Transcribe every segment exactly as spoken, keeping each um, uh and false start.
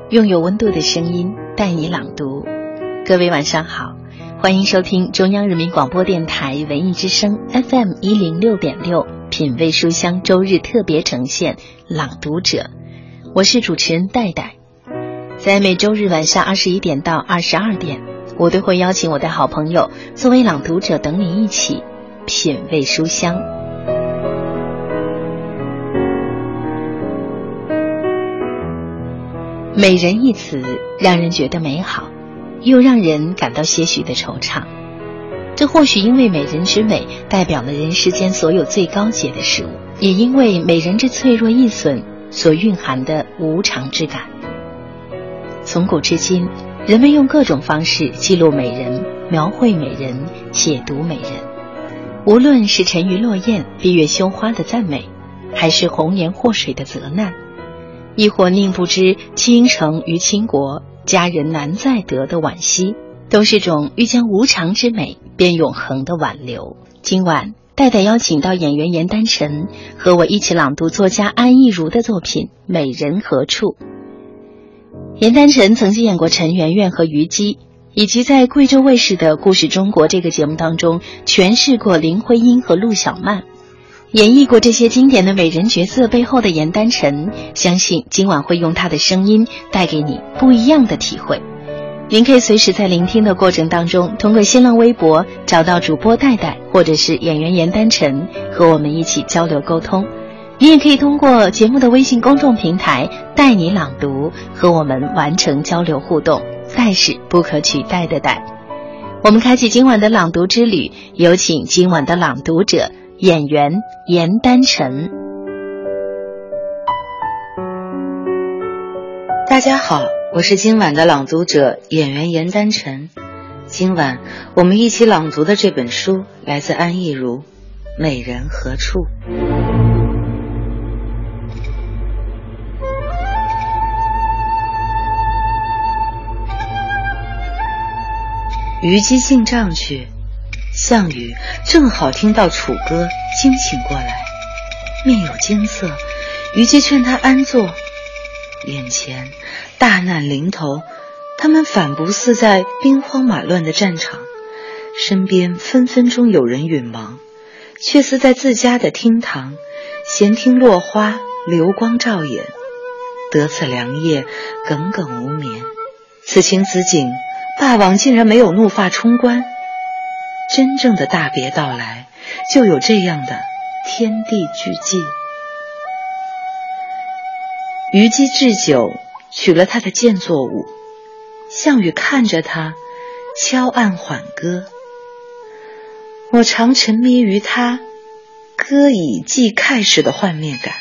用有温度的声音带你朗读。各位晚上好，欢迎收听中央人民广播电台文艺之声 F M 一零六点六品味书香周日特别呈现朗读者，我是主持人戴戴。在每周日晚上二十一点到二十二点，我都会邀请我的好朋友作为朗读者，等你一起品味书香。美人一词让人觉得美好，又让人感到些许的惆怅。这或许因为美人之美代表了人世间所有最高洁的事物，也因为美人之脆弱易损所蕴含的无常之感。从古至今，人们用各种方式记录美人，描绘美人，解读美人。无论是沉鱼落雁、闭月羞花的赞美，还是红颜祸水的责难，亦或宁不知倾城于倾国，佳人难再得的惋惜，都是种欲将无常之美变永恒的挽留。今晚戴戴邀请到演员严丹晨和我一起朗读作家安忆如的作品《美人何处》。严丹晨曾经演过陈圆圆和虞姬，以及在贵州卫视的《故事中国》这个节目当中诠释过林徽因和陆小曼。演绎过这些经典的美人角色背后的严丹晨，相信今晚会用他的声音带给你不一样的体会。您可以随时在聆听的过程当中，通过新浪微博找到主播戴戴或者是演员严丹晨，和我们一起交流沟通。你也可以通过节目的微信公众平台带你朗读，和我们完成交流互动。戴是不可取代的戴。我们开启今晚的朗读之旅，有请今晚的朗读者演员严丹晨。 大家好，我是今晚的朗读者演员严丹晨。今晚我们一起朗读的这本书来自安忆如，《美人何处》。虞姬进帐去，项羽正好听到楚歌，惊醒过来，面有惊色。虞姬劝他安坐，眼前大难临头，他们反不似在兵荒马乱的战场，身边分分钟有人允亡，却似在自家的厅堂，闲听落花，流光照眼，得此良夜，耿耿无眠。此情此景，霸王竟然没有怒发冲冠。真正的大别到来，就有这样的天地巨际。虞姬置酒，取了他的剑作舞，项羽看着他，敲案缓歌。我常沉迷于他歌以寄慨时的幻灭感。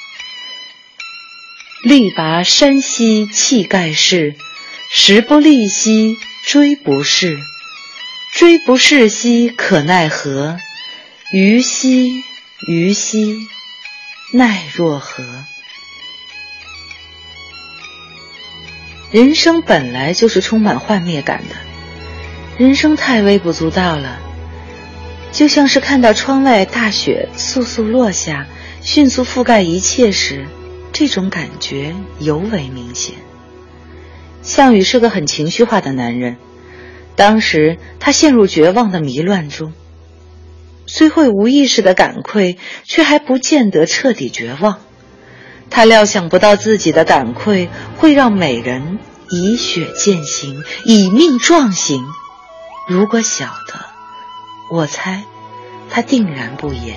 力拔山兮气盖世，时不利兮骓不逝，骓不逝兮可奈何，虞兮虞兮奈若何。人生本来就是充满幻灭感的，人生太微不足道了，就像是看到窗外大雪簌簌落下，迅速覆盖一切时，这种感觉尤为明显。项羽是个很情绪化的男人，当时他陷入绝望的迷乱中，虽会无意识的感愧，却还不见得彻底绝望。他料想不到自己的感愧会让美人以血践行，以命撞行。如果晓得，我猜他定然不言。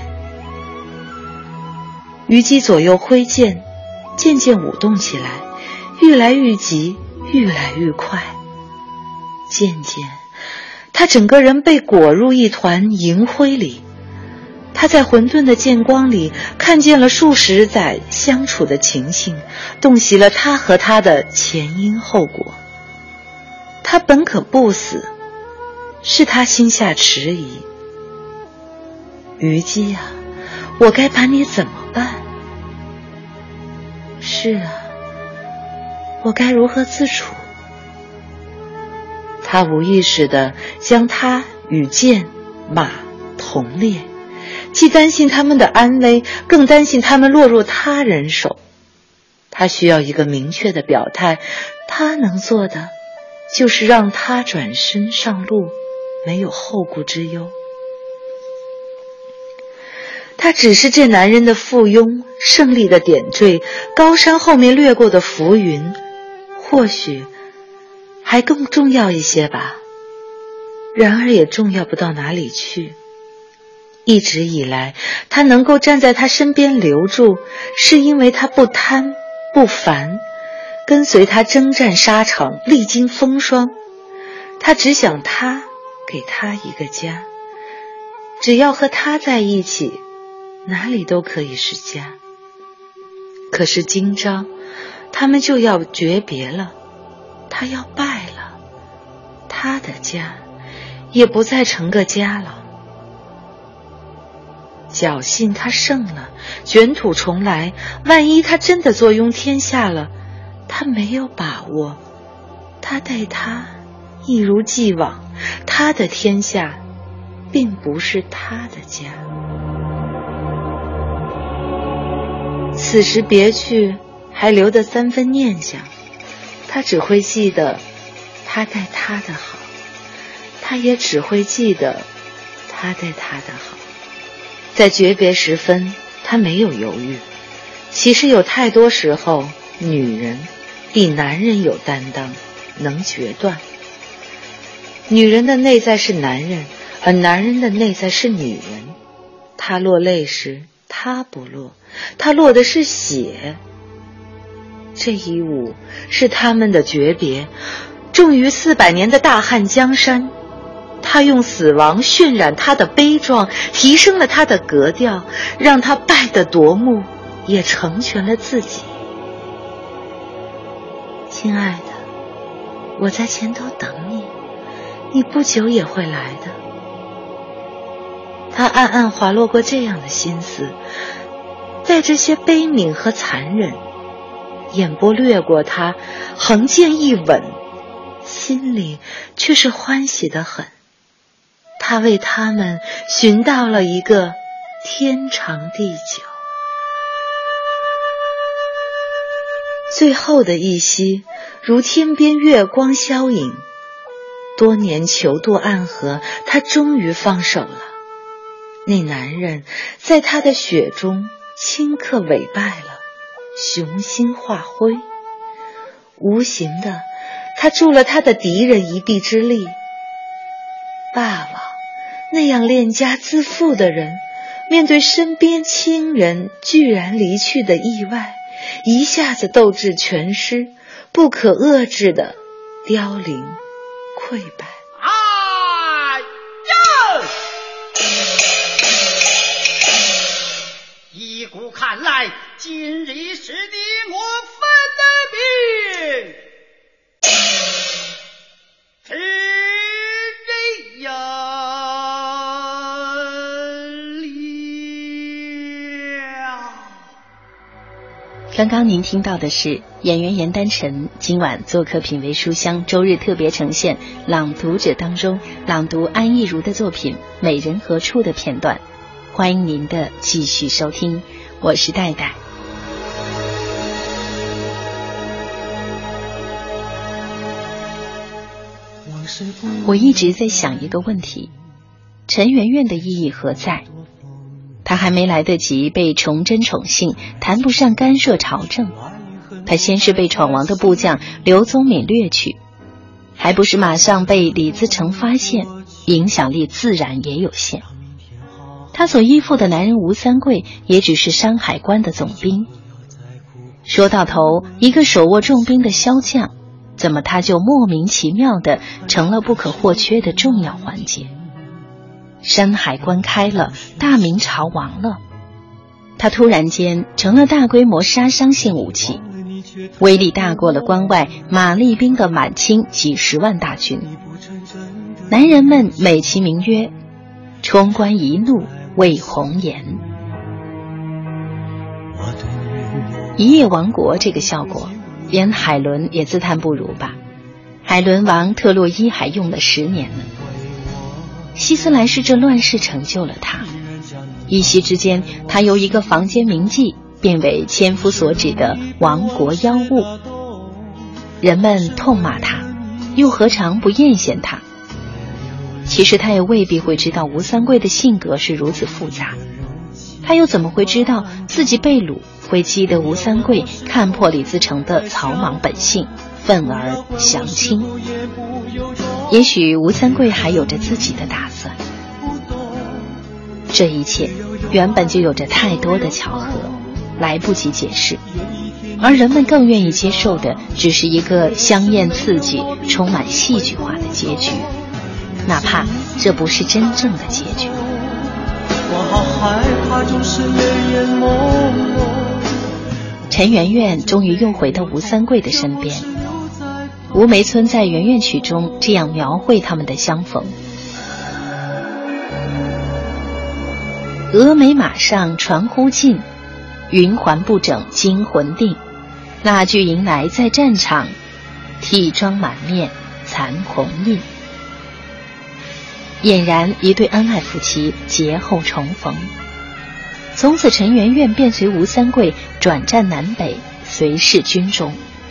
虞姬左右挥剑，渐渐舞动起来，愈来愈急，愈来愈快。渐渐他整个人被裹入一团银灰里，他在混沌的剑光里看见了数十载相处的情形，洞悉了他和他的前因后果。他本可不死，是他心下迟疑。虞姬啊，我该把你怎么办？是啊，我该如何自处？他无意识地将他与剑、马同列，既担心他们的安危，更担心他们落入他人手。 他需要一个明确的表态，他能做的就是让他转身上路，没有后顾之忧。他只是这男人的附庸，胜利的点缀，高山后面掠过的浮云，或许还更重要一些吧，然而也重要不到哪里去。一直以来，他能够站在他身边留住，是因为他不贪不烦，跟随他征战沙场，历经风霜。他只想他给他一个家，只要和他在一起，哪里都可以是家。可是今朝他们就要诀别了，他要败了，他的家也不再成个家了。侥幸他胜了，卷土重来，万一他真的坐拥天下了，他没有把握，他待他一如既往，他的天下并不是他的家。此时别去，还留得三分念想，他只会记得他待他的好，他也只会记得他待他的好。在诀别时分，他没有犹豫。其实有太多时候，女人比男人有担当，能决断。女人的内在是男人，而男人的内在是女人。他落泪时，他不落，他落的是血。这一舞是他们的诀别，重于四百年的大汉江山。他用死亡渲染他的悲壮，提升了他的格调，让他败得夺目，也成全了自己。亲爱的，我在前头等你，你不久也会来的。他暗暗滑落过这样的心思，带着些悲悯和残忍，眼波掠过他，横剑一吻，心里却是欢喜得很。他为他们寻到了一个天长地久。最后的一息，如天边月光消影。多年囚渡暗河，他终于放手了。那男人在他的血中顷刻委败了，雄心化灰。无形的，他助了他的敌人一臂之力。霸王那样恋家自负的人，面对身边亲人居然离去的意外，一下子斗志全失，不可遏制的凋零溃败。 哎呀！依古看来，今日是你我分的命。是人呀！ 刚刚您听到的是演员严丹晨今晚做客品味书香周日特别呈现朗读者当中朗读安忆如的作品《美人何处》的片段，欢迎您的继续收听，我是戴戴。我一直在想一个问题，陈圆圆的意义何在？她还没来得及被崇祯宠幸，谈不上干涉朝政。她先是被闯王的部将刘宗敏掠去，还不是马上被李自成发现，影响力自然也有限。她所依附的男人吴三桂也只是山海关的总兵。说到头，一个手握重兵的骁将，怎么他就莫名其妙地成了不可或缺的重要环节？山海关开了，大明朝亡了，他突然间成了大规模杀伤性武器，威力大过了关外马厉兵的满清几十万大军。男人们美其名曰冲冠一怒为红颜。一夜亡国这个效果，连海伦也自叹不如吧。海伦王特洛伊还用了十年呢。希斯莱氏这乱世成就了他，一夕之间他由一个房间名妓变为千夫所指的亡国妖物。人们痛骂他，又何尝不艳羡他？其实他也未必会知道吴三桂的性格是如此复杂，他又怎么会知道自己被掳会激得吴三桂看破李自成的草莽本性，愤而降清？也许吴三桂还有着自己的打算。这一切原本就有着太多的巧合，来不及解释，而人们更愿意接受的只是一个香艳刺激、充满戏剧化的结局，哪怕这不是真正的结局。 我好害怕，就是泪眼朦胧。 陈圆圆终于又回到吴三桂的身边。吴梅村在《圆圆曲》中这样描绘他们的相逢：峨眉马上传呼尽，云环不整惊魂定。那句迎来在战场，替妆满面残红印。俨然一对恩爱夫妻劫后重逢。从此陈圆圆便随吴三桂转战南北，随侍军中。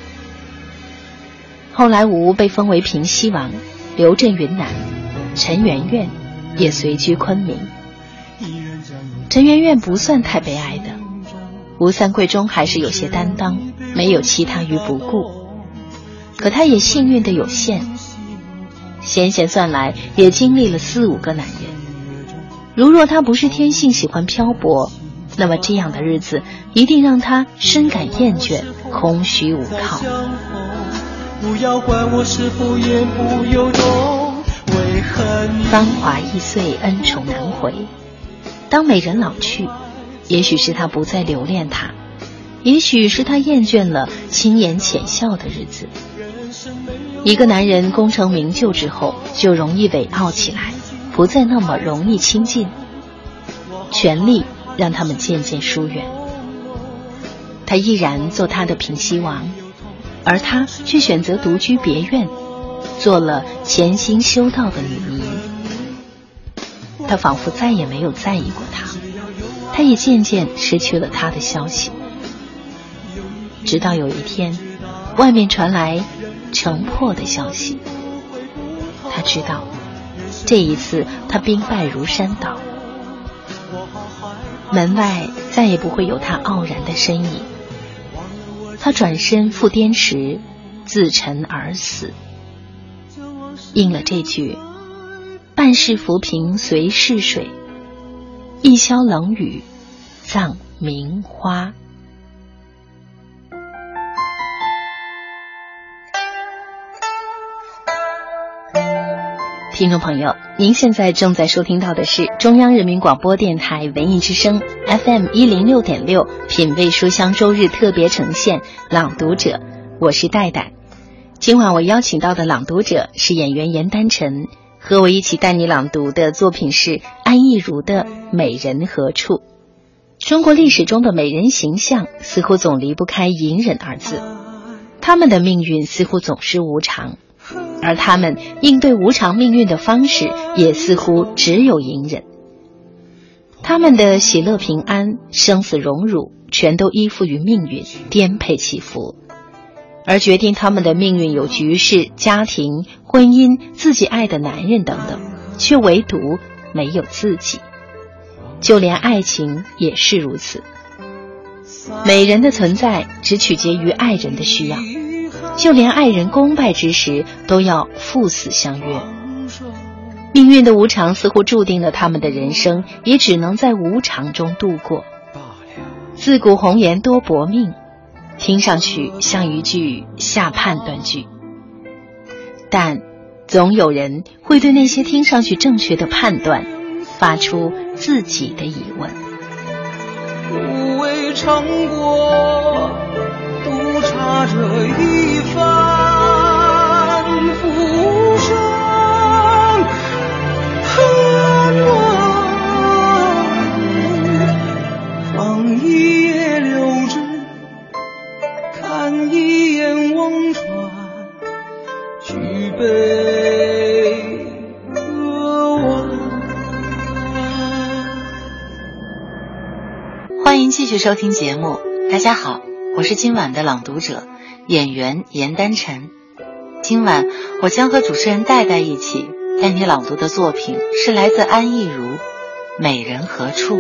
后来吴被封为平西王，留镇云南，陈圆圆也随居昆明。陈圆圆不算太悲哀的，吴三桂中还是有些担当，没有弃他于不顾。可他也幸运的有限，闲闲算来也经历了四五个男人。如若他不是天性喜欢漂泊，那么这样的日子一定让他深感厌倦，空虚无靠。 不要管我是否言不由衷，为何你芳华易碎，恩宠难回。当美人老去，也许是他不再留恋她，也许是他厌倦了轻言浅笑的日子。一个男人功成名就之后，就容易伟傲起来，不再那么容易亲近，权力让他们渐渐疏远。他依然做他的平西王，而他却选择独居别院，做了潜心修道的女尼。他仿佛再也没有在意过他，他也渐渐失去了他的消息。直到有一天，外面传来城破的消息，他知道这一次他兵败如山倒，门外再也不会有他傲然的身影。他转身赴滇池，自沉而死，应了这句半世浮萍随逝水，一宵冷雨葬名花。听众朋友，您现在正在收听到的是中央人民广播电台文艺之声 F M 一零六点六品味书香周日特别呈现朗读者，我是戴戴。今晚我邀请到的朗读者是演员严丹晨，和我一起带你朗读的作品是安忆如的《美人何处》。中国历史中的美人形象似乎总离不开隐忍二字，他们的命运似乎总是无常，而他们应对无常命运的方式也似乎只有隐忍。他们的喜乐平安、生死荣辱全都依附于命运，颠沛起伏，而决定他们的命运有局势、家庭、婚姻、自己爱的男人等等，却唯独没有自己。就连爱情也是如此，美人的存在只取决于爱人的需要，就连爱人功败之时都要赴死相约。命运的无常似乎注定了他们的人生也只能在无常中度过。自古红颜多薄命，听上去像一句下判断句，但总有人会对那些听上去正确的判断发出自己的疑问。 无畏成果，独差这一番浮生，恨我放一夜流至，看一眼望穿，举杯歌完。 欢迎继继续收听节目。大家好，我是今晚的朗读者演员严丹晨。今晚我将和主持人戴戴一起带你朗读的作品是来自安忆如《美人何处》。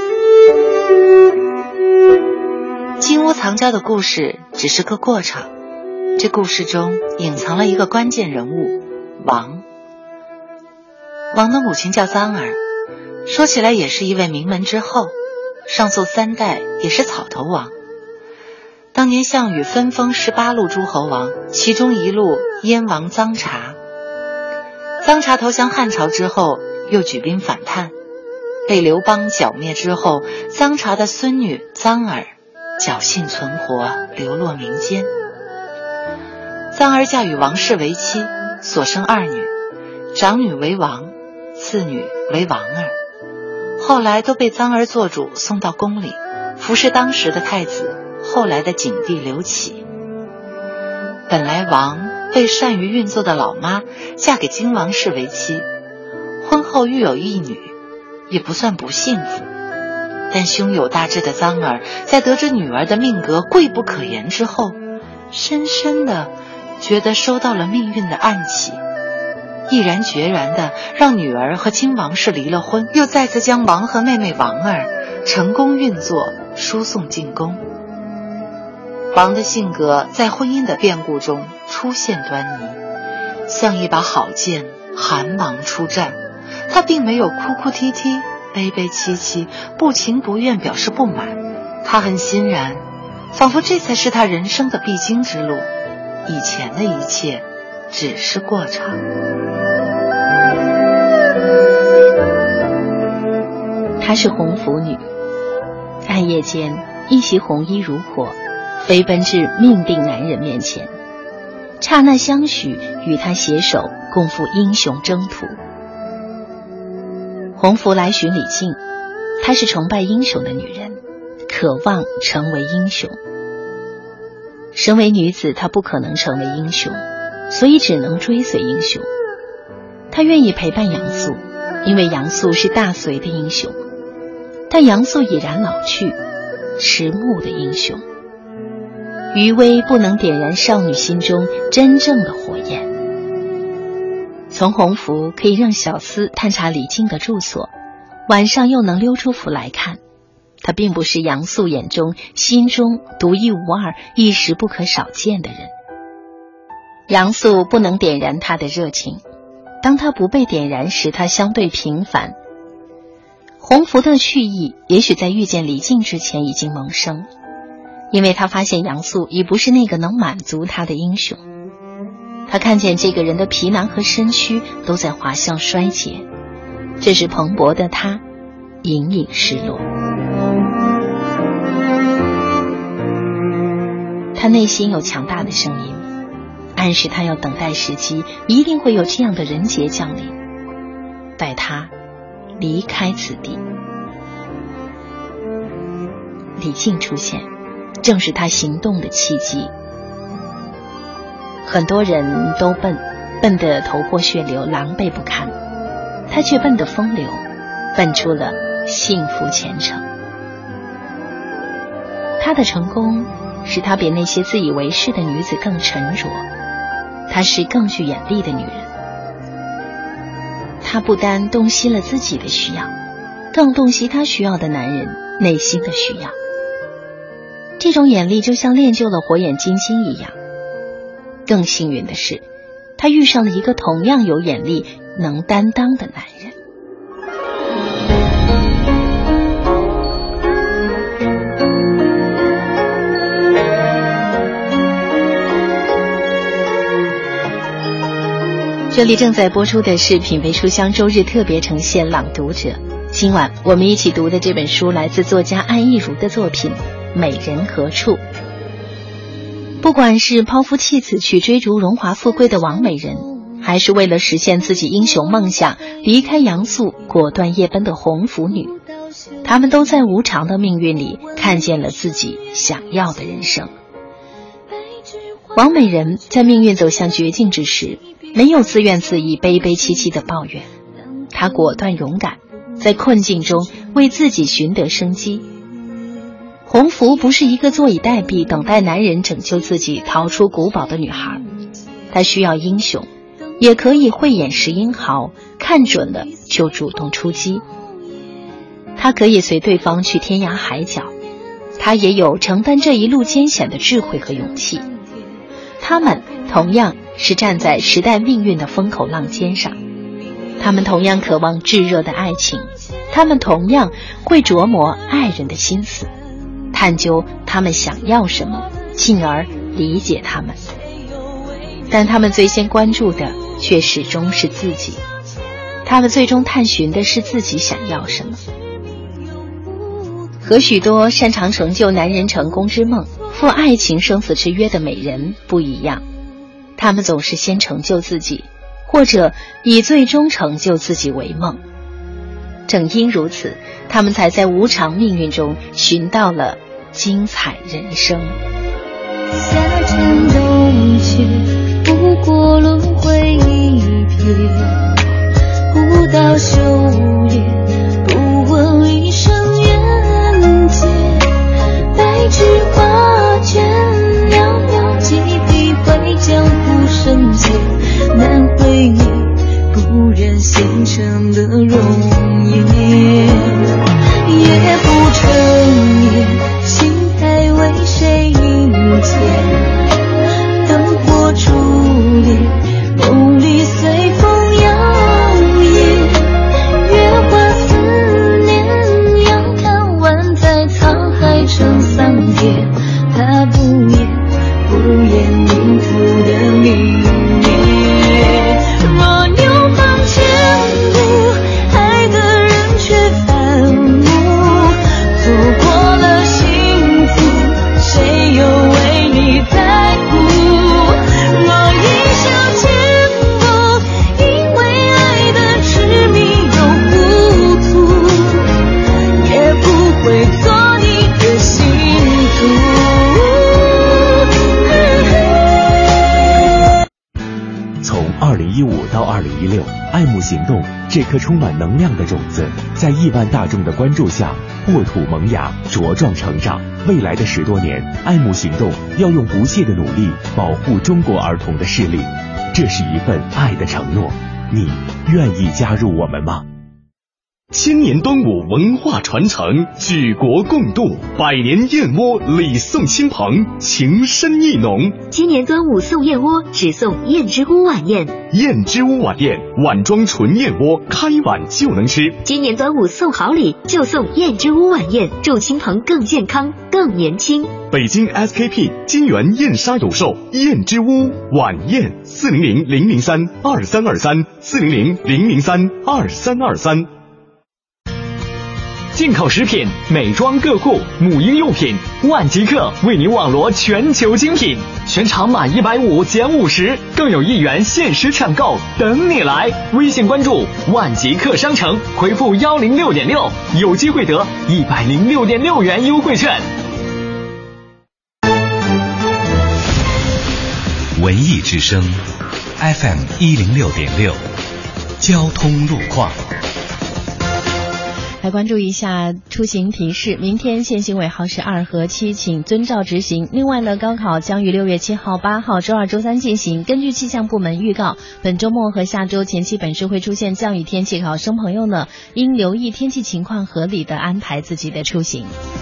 金屋藏娇的故事只是个过场，这故事中隐藏了一个关键人物王。王的母亲叫臧儿，说起来也是一位名门之后，上溯三代也是草头王。当年项羽分封十八路诸侯王，其中一路燕王臧查。臧查投降汉朝之后，又举兵反叛，被刘邦剿灭之后，臧查的孙女臧儿侥幸存活，流落民间。臧儿嫁与王氏为妻，所生二女，长女为王，次女为王儿。后来都被臧儿做主送到宫里，服侍当时的太子，后来的景帝刘启。本来王被善于运作的老妈嫁给金王氏为妻，婚后育有一女，也不算不幸福。但胸有大志的臧儿在得知女儿的命格贵不可言之后，深深的觉得收到了命运的暗器，毅然决然的让女儿和金王氏离了婚，又再次将王和妹妹王儿成功运作输送进宫。王的性格在婚姻的变故中出现端倪，像一把好剑寒芒出战。他并没有哭哭啼啼悲悲戚戚不情不愿表示不满，他很欣然，仿佛这才是他人生的必经之路，以前的一切只是过场。 她是红拂女，暗夜间一袭红衣如火，飞奔至命定男人面前，刹那相许，与他携手共赴英雄征途。红拂来寻李靖，她是崇拜英雄的女人，渴望成为英雄。身为女子，她不可能成为英雄，所以只能追随英雄。她愿意陪伴杨素，因为杨素是大隋的英雄，但杨素已然老去，迟暮的英雄。余威不能点燃少女心中真正的火焰。从红拂可以让小厮探查李靖的住所，晚上又能溜出府来看，他并不是杨素眼中心中独一无二、一时不可少见的人。杨素不能点燃他的热情，当他不被点燃时，他相对平凡。红拂的去意也许在遇见李靖之前已经萌生，因为他发现杨素已不是那个能满足他的英雄。他看见这个人的皮囊和身躯都在滑向衰竭，这时蓬勃的他隐隐失落。他内心有强大的声音，暗示他要等待时机，一定会有这样的人杰降临，带他离开此地。李靖出现，正是他行动的契机。很多人都笨，笨得头破血流，狼狈不堪，他却笨得风流，笨出了幸福前程。他的成功使他比那些自以为是的女子更沉着，她是更具眼力的女人。她不单洞悉了自己的需要，更洞悉他需要的男人内心的需要。这种眼力就像练就了火眼金睛一样。更幸运的是，他遇上了一个同样有眼力、能担当的男人。这里正在播出的是品味书香周日特别呈现朗读者。今晚我们一起读的这本书来自作家安忆如的作品《美人何处》。不管是抛夫弃子去追逐荣华富贵的王美人，还是为了实现自己英雄梦想离开杨素果断夜奔的红拂女，他们都在无常的命运里看见了自己想要的人生。王美人在命运走向绝境之时，没有自怨自艾、悲悲戚戚的抱怨，她果断勇敢，在困境中为自己寻得生机。 红福不是一个坐以待毙等待男人拯救自己逃出古堡的女孩，她需要英雄，也可以慧眼识英豪，看准了就主动出击。她可以随对方去天涯海角，她也有承担这一路艰险的智慧和勇气。他们同样是站在时代命运的风口浪尖上，他们同样渴望炙热的爱情，他们同样会琢磨爱人的心思，探究他们想要什么，进而理解他们。但他们最先关注的却始终是自己，他们最终探寻的是自己想要什么。和许多擅长成就男人成功之梦、赴爱情生死之约的美人不一样，他们总是先成就自己，或者以最终成就自己为梦。正因如此，他们才在无常命运中寻到了精彩人生。 夏蝉冬却不过轮回一瞥，不到修炼，不问一生缘劫。白纸画卷，寥寥几笔绘江湖生劫，难绘你不忍心成的容颜。也不成言，心还为谁迎接？灯火初恋，梦里随风摇曳。月华思念，遥看万载沧海成桑田。他不言不言泥土的明灭。若牛放前路，爱的人却反目。错过了幸福，谁又为你在乎？若一生前路，因为爱的痴迷又糊涂，也不会做你的信徒。 从二零一五到二零一六，爱慕行动这颗充满能量的种子，在亿万大众的关注下破土萌芽，茁壮成长。未来的十多年，爱慕行动要用不懈的努力保护中国儿童的视力，这是一份爱的承诺。你愿意加入我们吗？ 千年端午文化传承，举国共度，百年燕窝礼送亲朋，情深意浓。 今年端午送燕窝，只送燕之屋晚宴。 燕之屋晚宴，碗装纯燕窝，开碗就能吃。 今年端午送好礼，就送燕之屋晚宴，祝亲朋更健康、更年轻。 北京 S K P 金源燕莎有售燕之屋晚宴，四零零零零三二三二三，四零零零零三二三二三。 进口食品、美妆个护、母婴用品，万极客为您网罗全球精品，全场满一百五减五十，更有一元限时抢购等你来！微信关注万极客商城，回复幺零六点六，有机会得一百零六点六元优惠券。 文艺之声 F M 一零六点六，交通路况。 来关注一下出行提示，明天限行尾号是二和七，请遵照执行。另外呢，高考将于六月七号、八号周二、周三进行。根据气象部门预告，本周末和下周前期本市会出现降雨天气，考生朋友呢应留意天气情况，合理的安排自己的出行。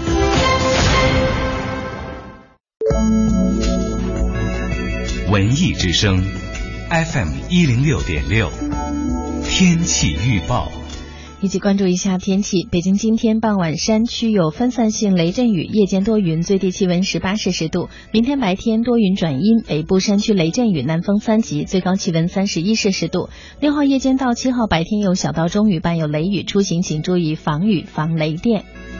文艺之声 F M 一零六点六，天气预报。 一起关注一下天气。北京今天傍晚山区有分散性雷阵雨，夜间多云，最低气温十八摄氏度。明天白天多云转阴，北部山区雷阵雨，南风三级，最高气温三十一摄氏度。六号夜间到七号白天有小到中雨，伴有雷雨，出行请注意防雨防雷电。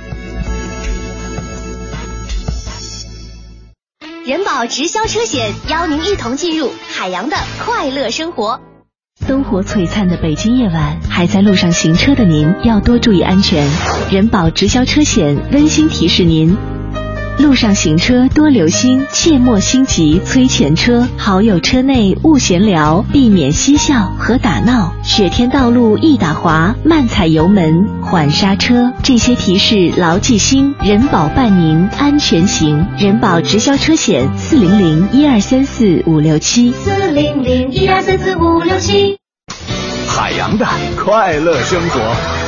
人保直销车险邀您一同进入海洋的快乐生活。 灯火璀璨的北京夜晚，还在路上行车的您要多注意安全。人保直销车险温馨提示您： 路上行车多留心，切莫心急催前车。好友车内勿闲聊，避免嬉笑和打闹。雪天道路易打滑，慢踩油门，缓刹车。这些提示牢记心，人保伴您安全行。人保直销车险四零零一二三四五六七四零零一二三四五六七。 海洋的快乐生活。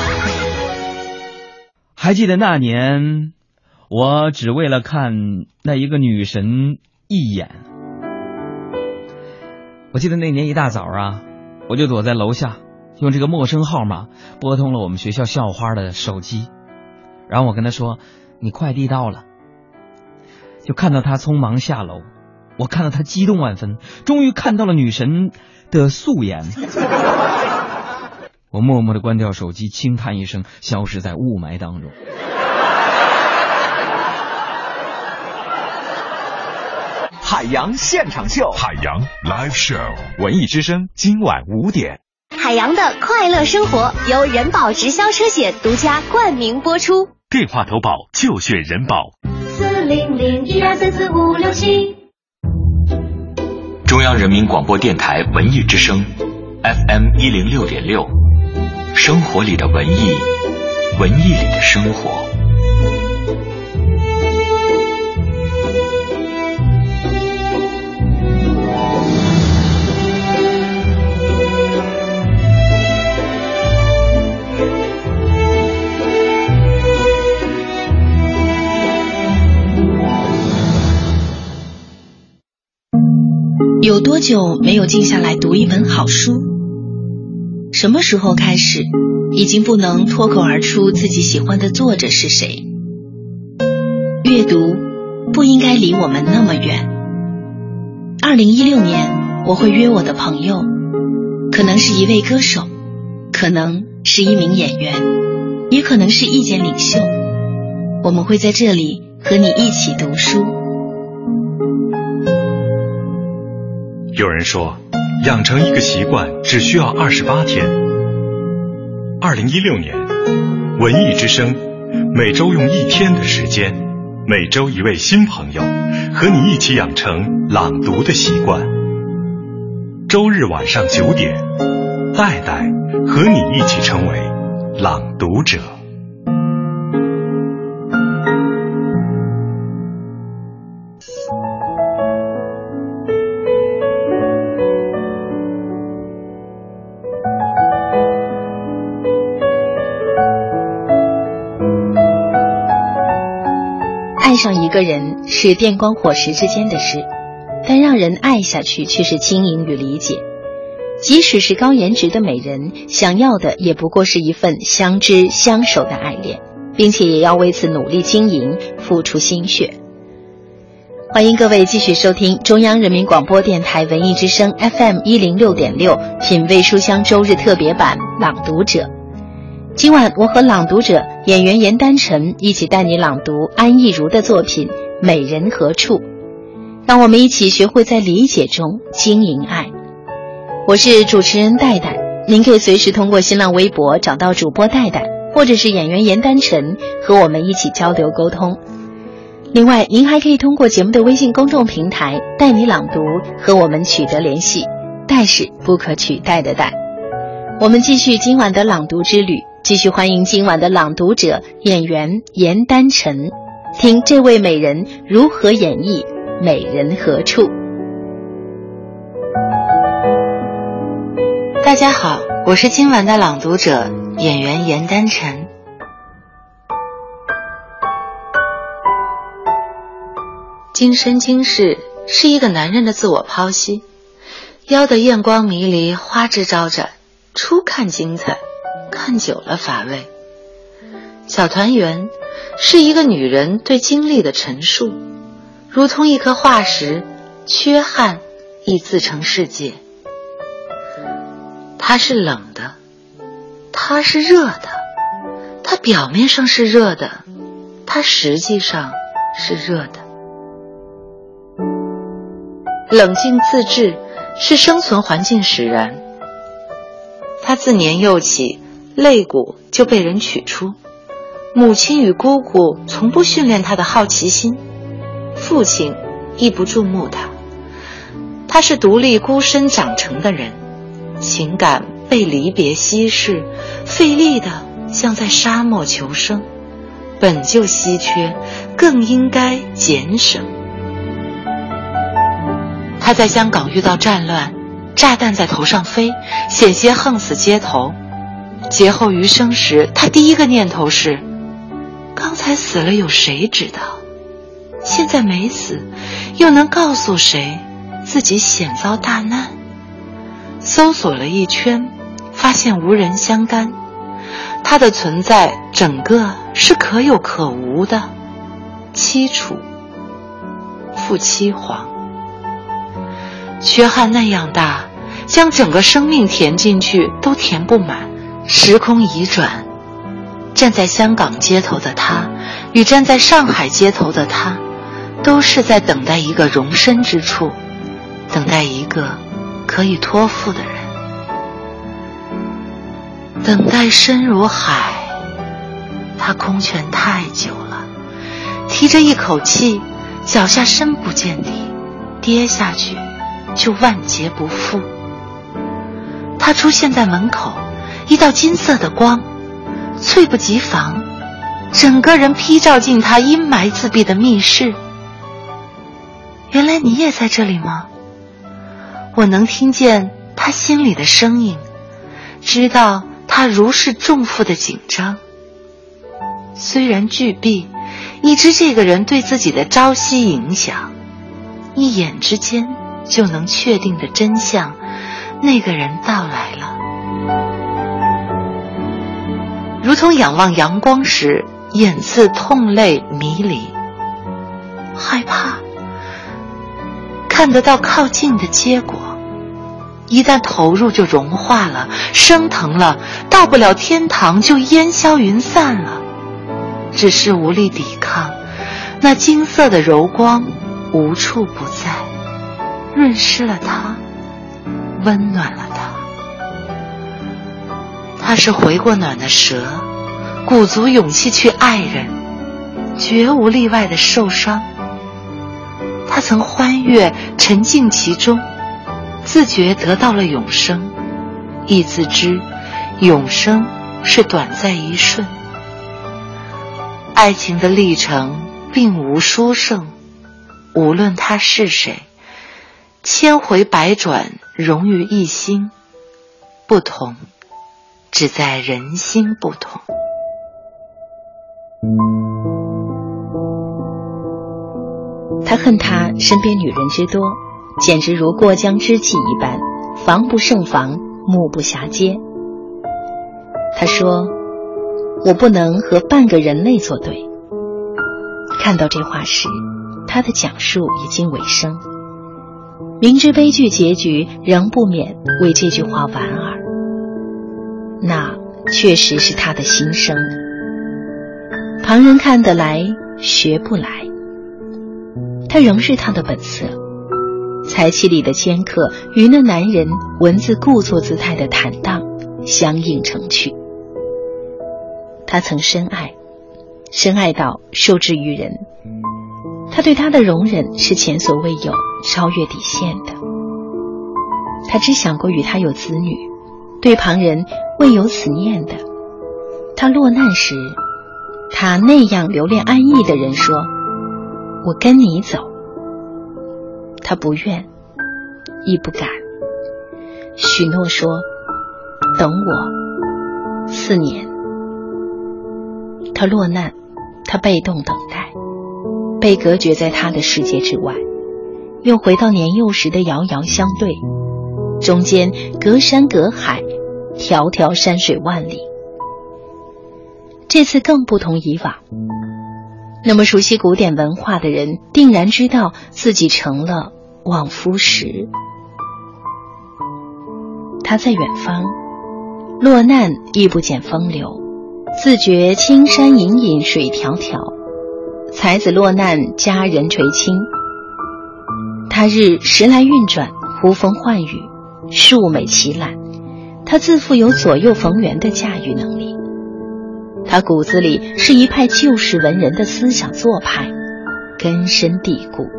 还记得那年，我只为了看那一个女神一眼。我记得那年一大早啊，我就躲在楼下，用这个陌生号码拨通了我们学校校花的手机，然后我跟她说：“你快递到了。”就看到她匆忙下楼，我看到她激动万分，终于看到了女神的素颜。我默默地关掉手机，轻叹一声，消失在雾霾当中。 海洋现场秀， 海洋 Live Show， 文艺之声今晚五点。 海洋的快乐生活由人保直销车险独家冠名播出。 电话投保就选人保。 四零零一二三四五六七。 中央人民广播电台文艺之声 F M 一零六点六，生活里的文艺，文艺里的生活。 有多久没有静下来读一本好书？什么时候开始，已经不能脱口而出自己喜欢的作者是谁？阅读不应该离我们那么远。二零一六年，我会约我的朋友，可能是一位歌手，可能是一名演员，也可能是意见领袖。我们会在这里和你一起读书。 有人说，养成一个习惯只需要二十八天。二零一六年，文艺之声每周用一天的时间，每周一位新朋友，和你一起养成朗读的习惯。周日晚上九点，戴戴和你一起成为朗读者。 爱上一个人是电光火石之间的事，但让人爱下去却是经营与理解。即使是高颜值的美人，想要的也不过是一份相知相守的爱恋，并且也要为此努力经营，付出心血。欢迎各位继续收听中央人民广播电台文艺之声 F M 一零六点六品味书香周日特别版朗读者。今晚我和朗读者演员严丹晨一起带你朗读安忆如的作品《美人何处》，让我们一起学会在理解中经营爱。我是主持人戴戴，您可以随时通过新浪微博找到主播戴戴，或者是演员严丹晨，和我们一起交流沟通。另外，您还可以通过节目的微信公众平台带你朗读和我们取得联系，戴是不可取代的戴。我们继续今晚的朗读之旅，继续欢迎今晚的朗读者演员严丹晨，听这位美人如何演绎《美人何处》。 大家好，我是今晚的朗读者演员严丹晨。今生今世是一个男人的自我剖析，妖得艳光迷离，花枝招展，初看精彩，看久了乏味。小团圆是一个女人对经历的陈述，如同一颗化石，缺憾亦自成世界。它是冷的，它是热的，它表面上是热的，它实际上是热的。冷静自制是生存环境使然。他自年幼起，肋骨就被人取出，母亲与姑姑从不训练他的好奇心， 父亲亦不注目他。他是独立孤身长成的人，情感被离别稀释，费力的像在沙漠求生，本就稀缺，更应该减省。他在香港遇到战乱，炸弹在头上飞，险些横死街头。劫后余生时，他第一个念头是：刚才死了有谁知道？现在没死，又能告诉谁自己险遭大难？搜索了一圈，发现无人相干，他的存在整个是可有可无的，凄楚复凄惶。缺憾那样大，将整个生命填进去都填不满。时空移转，站在香港街头的他与站在上海街头的他，都是在等待一个容身之处，等待一个可以托付的人。等待深如海，他空拳太久了，提着一口气，脚下深不见底，跌下去就万劫不复。他出现在门口，一道金色的光，猝不及防，整个人披照进他阴霾自闭的密室。原来你也在这里吗？我能听见他心里的声音，知道他如释重负的紧张。虽然拒避，已知这个人对自己的朝夕影响，一眼之间就能确定的真相，那个人到来了。如同仰望阳光时，眼刺痛泪迷离，害怕看得到靠近的结果，一旦投入就融化了，升腾了，到不了天堂就烟消云散了。只是无力抵抗，那金色的柔光无处不在，润湿了它，温暖了它。它是回过暖的蛇，鼓足勇气去爱人，绝无例外的受伤。他曾欢悦，沉浸其中，自觉得到了永生，亦自知永生是短暂一瞬。爱情的历程并无殊胜，无论他是谁，千回百转，融于一心，不同只在人心不同。 他恨他身边女人之多，简直如过江之鲫一般，防不胜防，目不暇接。他说，我不能和半个人类作对。看到这话时，他的讲述已经尾声，明知悲剧结局，仍不免为这句话莞尔。那确实是他的心声，旁人看得来，学不来。他仍是他的本色，才气里的尖刻与那男人文字故作姿态的坦荡相映成趣。他曾深爱，深爱到受制于人，他对他的容忍是前所未有，超越底线的。他只想过与他有子女，对旁人未有此念的。他落难时，他那样留恋安逸的人说，我跟你走。他不愿亦不敢，许诺说等我四年。他落难，他被动等待，被隔绝在他的世界之外，又回到年幼时的遥遥相对，中间隔山隔海，条条山水万里。这次更不同以往，那么熟悉古典文化的人定然知道自己成了望夫石。他在远方，落难亦不减风流，自觉青山隐隐水迢迢，才子落难佳人垂青。他日时来运转，呼风唤雨，树美奇懒，他自负有左右逢源的驾驭能力。他骨子里是一派旧式文人的思想做派， 根深蒂固。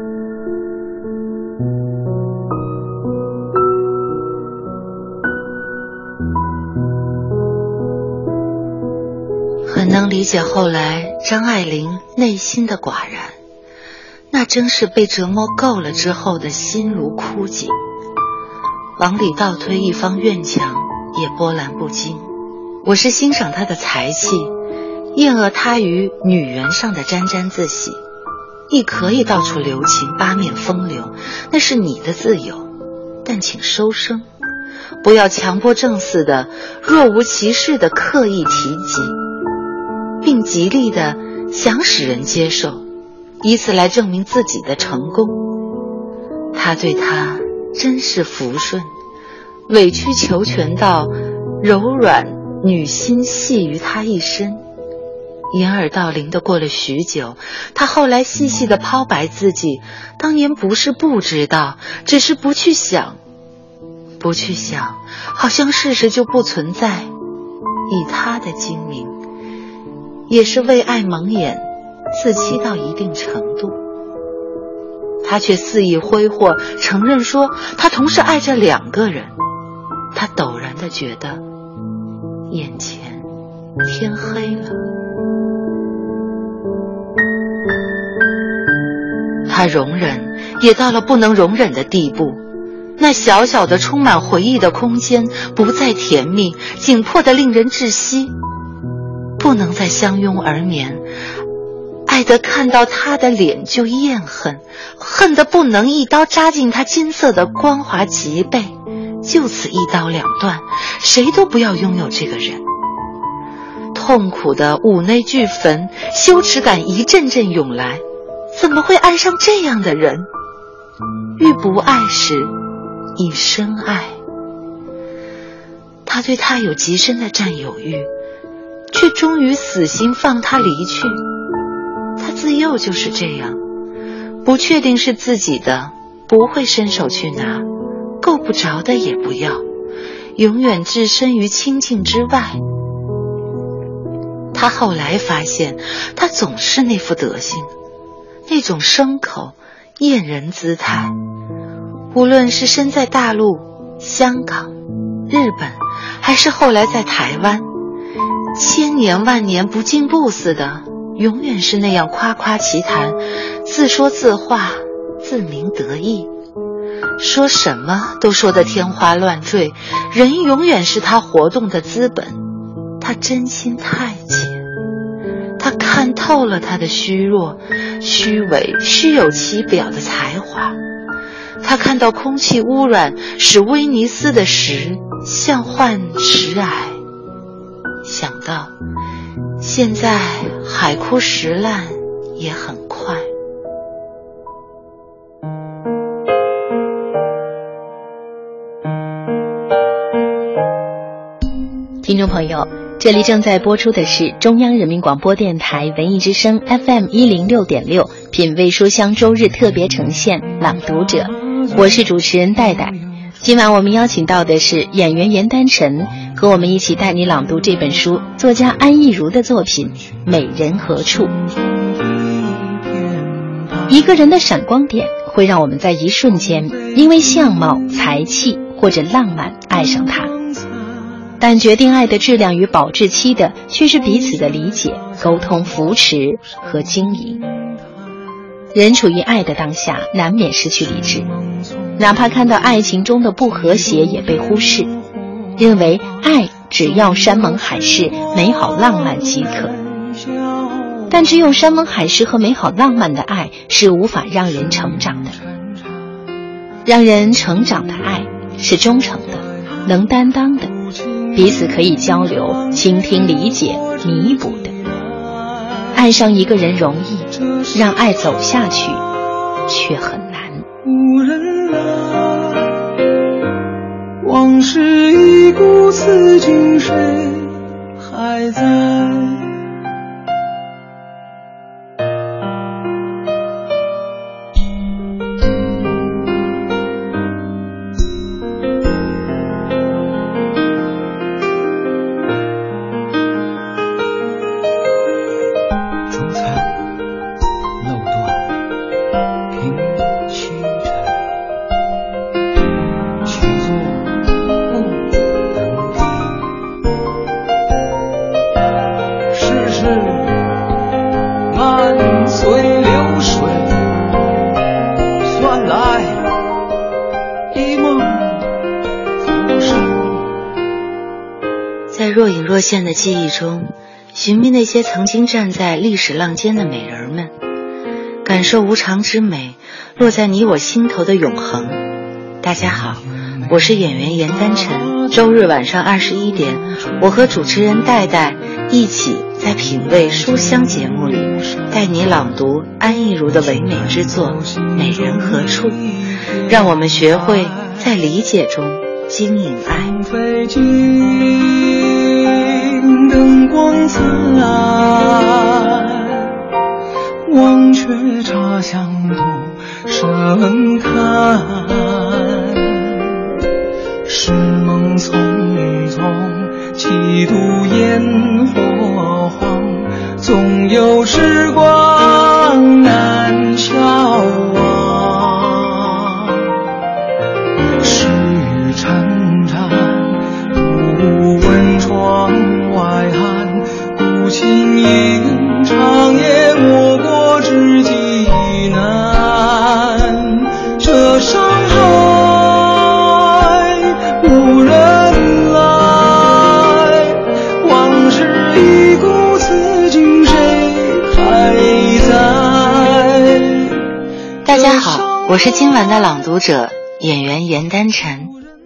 很能理解后来张爱玲内心的寡然，那真是被折磨够了之后的心如枯井，往里倒推一方院墙也波澜不惊。我是欣赏她的才气，厌恶她于女人上的沾沾自喜。你可以到处留情，八面风流，那是你的自由，但请收声，不要强迫症似的若无其事的刻意提及，并极力的想使人接受，以此来证明自己的成功。他对他真是服顺，委曲求全到柔软女心系于他一身。掩耳盗铃的过了许久，他后来细细的抛白自己，当年不是不知道，只是不去想，不去想，好像事实就不存在。以他的精明，也是为爱蒙眼，自欺到一定程度。他却肆意挥霍，承认说他同时爱着两个人。他陡然地觉得眼前天黑了。他容忍也到了不能容忍的地步，那小小的充满回忆的空间不再甜蜜，紧迫得令人窒息，不能再相拥而眠，爱得看到他的脸就厌恨，恨得不能一刀扎进他金色的光滑脊背，就此一刀两断，谁都不要拥有这个人。痛苦的五内俱焚，羞耻感一阵阵涌来，怎么会爱上这样的人？欲不爱时，已深爱。他对他有极深的占有欲，却终于死心放他离去。他自幼就是这样，不确定是自己的，不会伸手去拿，够不着的也不要，永远置身于清净之外。他后来发现，他总是那副德行，那种牲口厌人姿态，无论是身在大陆、香港、日本，还是后来在台湾，千年万年不进步似的，永远是那样夸夸其谈，自说自话，自鸣得意，说什么都说得天花乱坠，人永远是他活动的资本。他真心太浅，他看透了他的虚弱、虚伪、虚有其表的才华。他看到空气污染使威尼斯的石像幻石霭，想到现在海枯石烂也很快。 听众朋友，这里正在播出的是中央人民广播电台文艺之声 F M 一零六点六品味书香周日特别呈现朗读者，我是主持人戴戴。今晚我们邀请到的是演员严丹晨，和我们一起带你朗读这本书作家安忆如的作品《美人何处》。一个人的闪光点会让我们在一瞬间因为相貌、才气或者浪漫爱上他，但决定爱的质量与保质期的却是彼此的理解、沟通、扶持和经营。人处于爱的当下，难免失去理智，哪怕看到爱情中的不和谐也被忽视，认为爱只要山盟海誓、美好浪漫即可。但只有山盟海誓和美好浪漫的爱是无法让人成长的。让人成长的爱是忠诚的、能担当的，彼此可以交流、倾听、理解、弥补的。爱上一个人容易，让爱走下去却很难。 无人来，往事已故，此景谁还在？ 出菜漏断， 若隐若现的记忆中，寻觅那些曾经站在历史浪尖的美人们，感受无常之美落在你我心头的永恒。大家好，我是演员严丹晨。周日晚上二十一点，我和主持人戴戴一起在品味书香节目里带你朗读安忆如的唯美之作《美人何处》，让我们学会在理解中经营爱。 飞尽灯光灿烂，忘却茶香独盛开，是梦匆匆几度烟火黄，总有时光难消忘。时雨潺潺，不问窗外寒，古琴吟长夜，我国知己难。这山海无人来，往事已故，此景谁还在？ 大家好，我是今晚的朗读者演员严丹晨。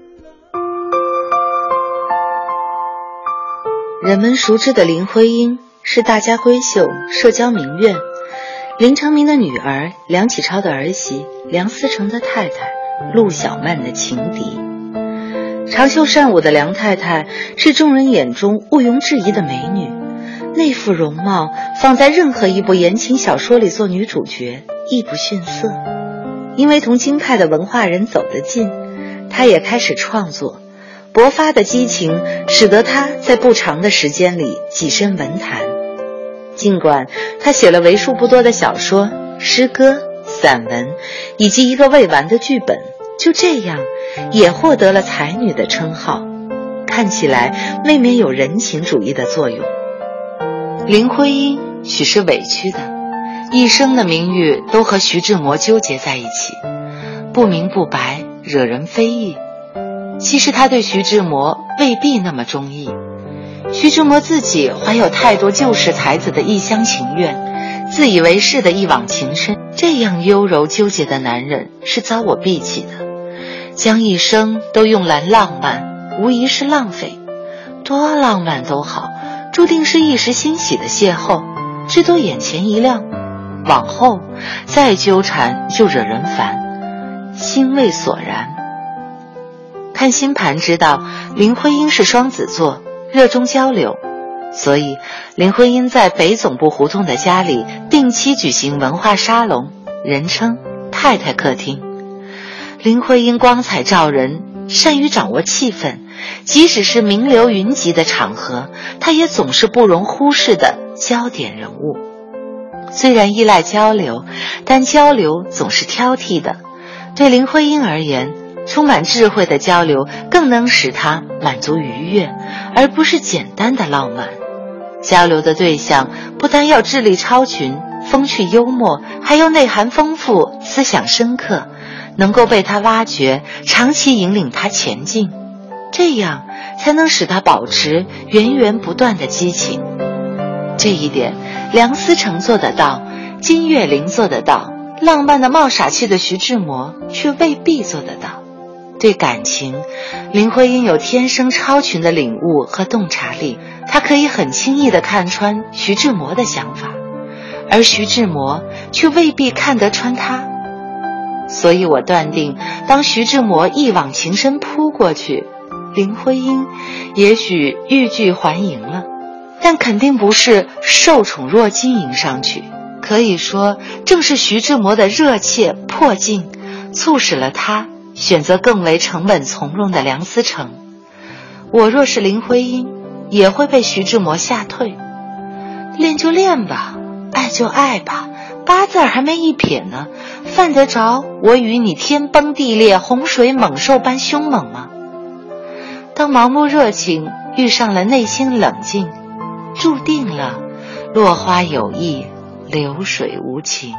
人们熟知的林徽因是大家闺秀、社交名媛，林长民的女儿，梁启超的儿媳，梁思成的太太，陆小曼的情敌。长袖善舞的梁太太是众人眼中毋庸置疑的美女，那副容貌放在任何一部言情小说里做女主角亦不逊色。因为同京派的文化人走得近，她也开始创作，勃发的激情使得她在不长的时间里跻身文坛。尽管她写了为数不多的小说、诗歌、散文以及一个未完的剧本，就这样也获得了才女的称号，看起来未免有人情主义的作用。林徽因许是委屈的，一生的名誉都和徐志摩纠结在一起，不明不白，惹人非议。其实他对徐志摩未必那么中意，徐志摩自己怀有太多旧时才子的一厢情愿，自以为是的一往情深。这样优柔纠结的男人是遭我鄙弃的，将一生都用来浪漫，无疑是浪费。多浪漫都好，注定是一时欣喜的邂逅，最多眼前一亮，往后再纠缠就惹人烦，心未索然。看星盘知道林徽因是双子座，热衷交流，所以林徽因在北总部胡同的家里定期举行文化沙龙，人称太太客厅。林徽因光彩照人，善于掌握气氛，即使是名流云集的场合，她也总是不容忽视的焦点人物。虽然依赖交流，但交流总是挑剔的。对林徽因而言，充满智慧的交流更能使她满足愉悦，而不是简单的浪漫。交流的对象不单要智力超群、风趣幽默，还要内涵丰富、思想深刻，能够被她挖掘，长期引领她前进，这样才能使她保持源源不断的激情。这一点梁思成做得到，金岳霖做得到，浪漫的冒傻气的徐志摩却未必做得到。对感情，林徽因有天生超群的领悟和洞察力，她可以很轻易地看穿徐志摩的想法，而徐志摩却未必看得穿她。所以我断定，当徐志摩一往情深扑过去，林徽因也许欲拒还迎了，但肯定不是受宠若惊迎上去。可以说，正是徐志摩的热切迫近，促使了他选择更为沉稳从容的梁思成。我若是林徽因，也会被徐志摩吓退。恋就恋吧，爱就爱吧，八字还没一撇呢，犯得着我与你天崩地裂、洪水猛兽般凶猛吗？当盲目热情遇上了内心冷静，注定了落花有意，流水无情。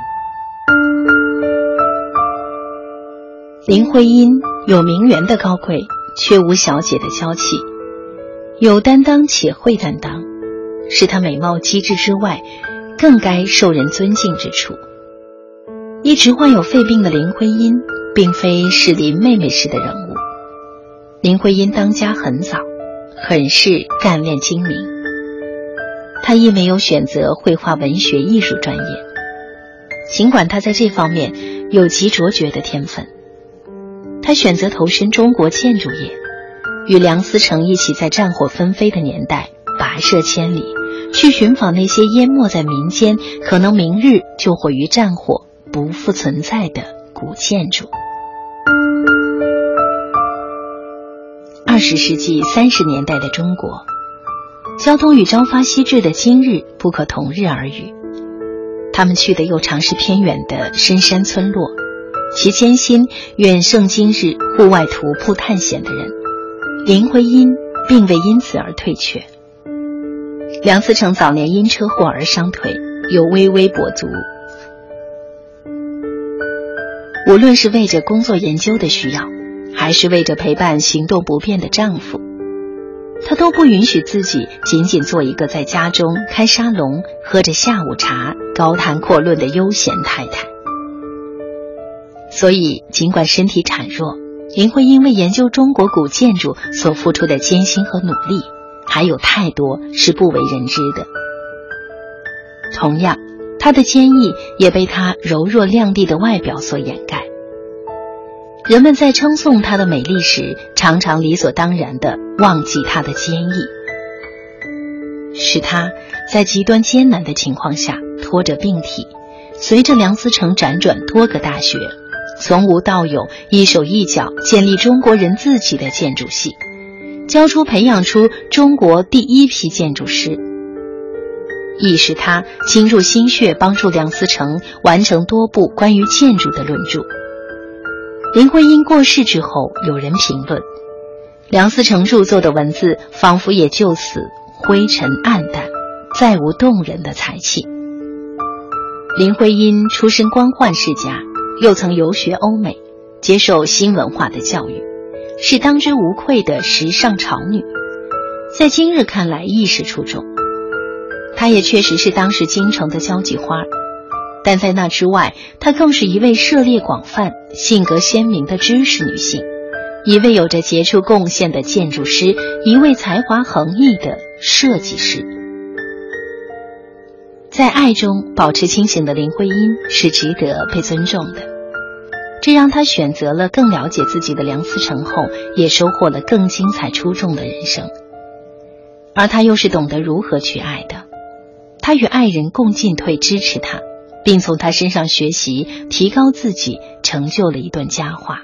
林徽因有名媛的高贵，却无小姐的娇气。 有担当且会担当，是她美貌机智之外更该受人尊敬之处。一直患有肺病的林徽因并非是林妹妹式的人物。林徽因当家很早，很是干练精明。她亦没有选择绘画文学艺术专业，尽管她在这方面有极卓绝的天分。她选择投身中国建筑业，与梁思成一起在战火纷飞的年代跋涉千里，去寻访那些淹没在民间，可能明日就毁于战火，不复存在的古建筑。二十世纪三十年代的中国，交通与朝发夕至的今日不可同日而语。他们去的又常是偏远的深山村落，其艰辛远胜今日户外徒步探险的人。林徽因并未因此而退却。梁思成早年因车祸而伤腿，有微微跛足。无论是为着工作研究的需要，还是为着陪伴行动不便的丈夫，她都不允许自己仅仅做一个在家中开沙龙、喝着下午茶、高谈阔论的悠闲太太。所以尽管身体孱弱，林徽因为研究中国古建筑所付出的艰辛和努力，还有太多是不为人知的。同样，她的坚毅也被她柔弱亮丽的外表所掩盖。人们在称颂她的美丽时，常常理所当然地忘记她的坚毅。是她在极端艰难的情况下拖着病体，随着梁思成辗转多个大学，从无到有，一手一脚建立中国人自己的建筑系，教出培养出中国第一批建筑师。亦是他倾入心血帮助梁思成完成多部关于建筑的论著。林徽因过世之后，有人评论，梁思成著作的文字仿佛也就此灰尘暗淡，再无动人的才气。林徽因出身官宦世家，又曾游学欧美，接受新文化的教育，是当之无愧的时尚潮女，在今日看来亦是出众。她也确实是当时京城的交际花，但在那之外，她更是一位涉猎广泛、性格鲜明的知识女性，一位有着杰出贡献的建筑师，一位才华横溢的设计师。在爱中保持清醒的林徽因是值得被尊重的，这让她选择了更了解自己的梁思成后，也收获了更精彩出众的人生。而她又是懂得如何去爱的，她与爱人共进退，支持他，并从他身上学习，提高自己，成就了一段佳话。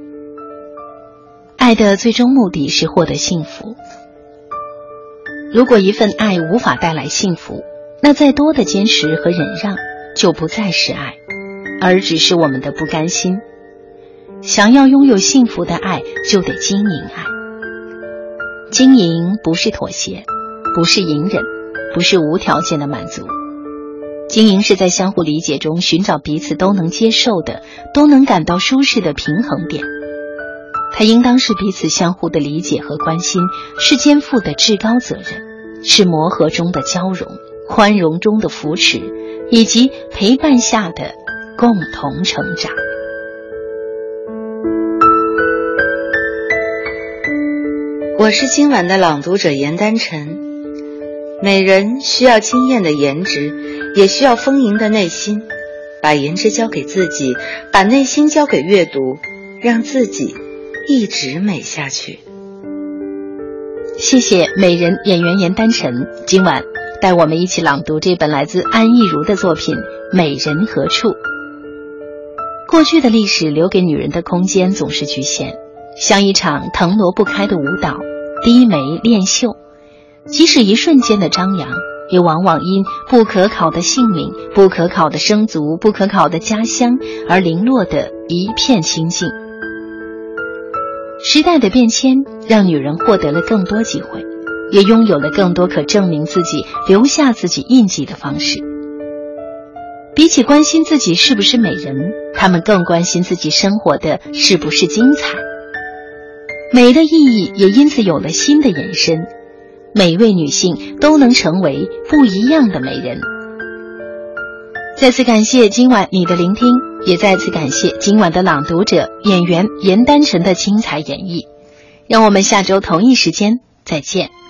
爱的最终目的是获得幸福。如果一份爱无法带来幸福，那再多的坚持和忍让就不再是爱，而只是我们的不甘心。想要拥有幸福的爱，就得经营爱。经营不是妥协，不是隐忍，不是无条件的满足。经营是在相互理解中寻找彼此都能接受的、都能感到舒适的平衡点。它应当是彼此相互的理解和关心，是肩负的至高责任，是磨合中的交融，宽容中的扶持，以及陪伴下的共同成长。 我是今晚的朗读者严丹晨。美人需要惊艳的颜值，也需要丰盈的内心。把颜值交给自己，把内心交给阅读，让自己一直美下去。 谢谢美人演员严丹晨，今晚带我们一起朗读这本来自安忆如的作品《美人何处》。过去的历史留给女人的空间总是局限，像一场腾挪不开的舞蹈，低眉练秀，即使一瞬间的张扬，也往往因不可考的姓名、不可考的生族、不可考的家乡而零落的一片清静。时代的变迁让女人获得了更多机会，也拥有了更多可证明自己、留下自己印记的方式。比起关心自己是不是美人，她们更关心自己生活的是不是精彩。美的意义也因此有了新的延伸， 每位女性都能成为不一样的美人。再次感谢今晚你的聆听，也再次感谢今晚的朗读者演员严丹晨的精彩演绎。让我们下周同一时间再见。